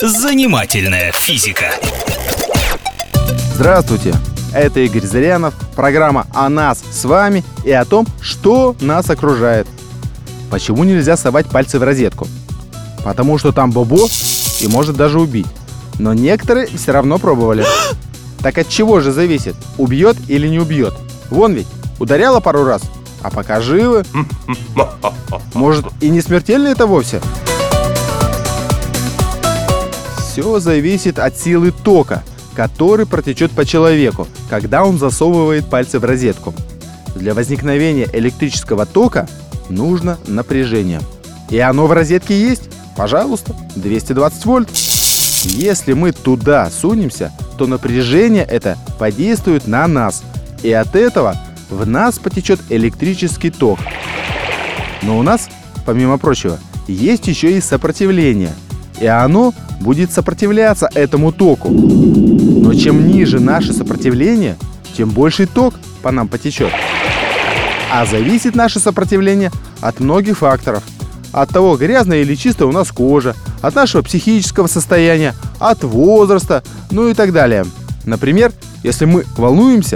Занимательная физика. Здравствуйте, это Игорь Зырянов, программа о нас с вами и о том, что нас окружает. Почему нельзя совать пальцы в розетку? Потому что там бобо и может даже убить. Но некоторые все равно пробовали. Так от чего же зависит, убьет или не убьет? Вон ведь, ударяла пару раз, а пока живы. Может, и не смертельно это вовсе? Все зависит от силы тока, который протечет по человеку, когда он засовывает пальцы в розетку. Для возникновения электрического тока нужно напряжение. И оно в розетке есть? Пожалуйста, 220 вольт. Если мы туда сунемся, то напряжение это подействует на нас, и от этого в нас потечет электрический ток. Но у нас, помимо прочего, есть еще и сопротивление, и оно будет сопротивляться этому току. Но чем ниже наше сопротивление, тем больше ток по нам потечет. А зависит наше сопротивление от многих факторов. От того, грязная или чистая у нас кожа, от нашего психического состояния, от возраста, ну и так далее. Например, если мы волнуемся,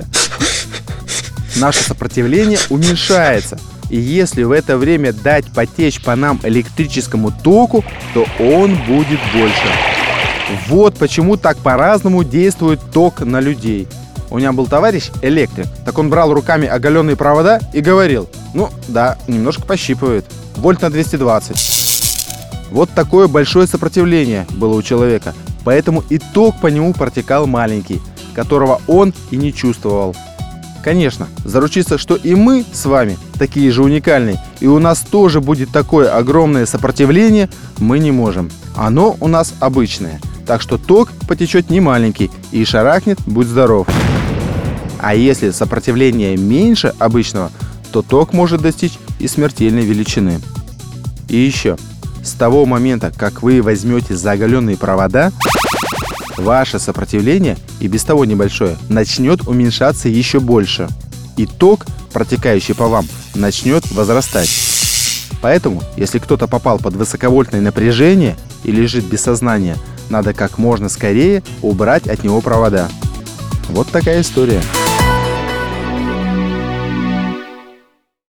наше сопротивление уменьшается. И если в это время дать потечь по нам электрическому току, то он будет больше. Вот почему так по-разному действует ток на людей. У меня был товарищ электрик, так он брал руками оголенные провода и говорил: ну да, немножко пощипывает, вольт на 220. Вот такое большое сопротивление было у человека, поэтому и ток по нему протекал маленький, которого он и не чувствовал. Конечно, заручиться, что и мы с вами такие же уникальные, и у нас тоже будет такое огромное сопротивление, мы не можем. Оно у нас обычное, так что ток потечет не маленький и шарахнет, будь здоров. А если сопротивление меньше обычного, то ток может достичь и смертельной величины. И еще, с того момента, как вы возьмете за оголенные провода, ваше сопротивление, и без того небольшое, начнет уменьшаться еще больше. И ток, протекающий по вам, начнет возрастать. Поэтому, если кто-то попал под высоковольтное напряжение и лежит без сознания, надо как можно скорее убрать от него провода. Вот такая история.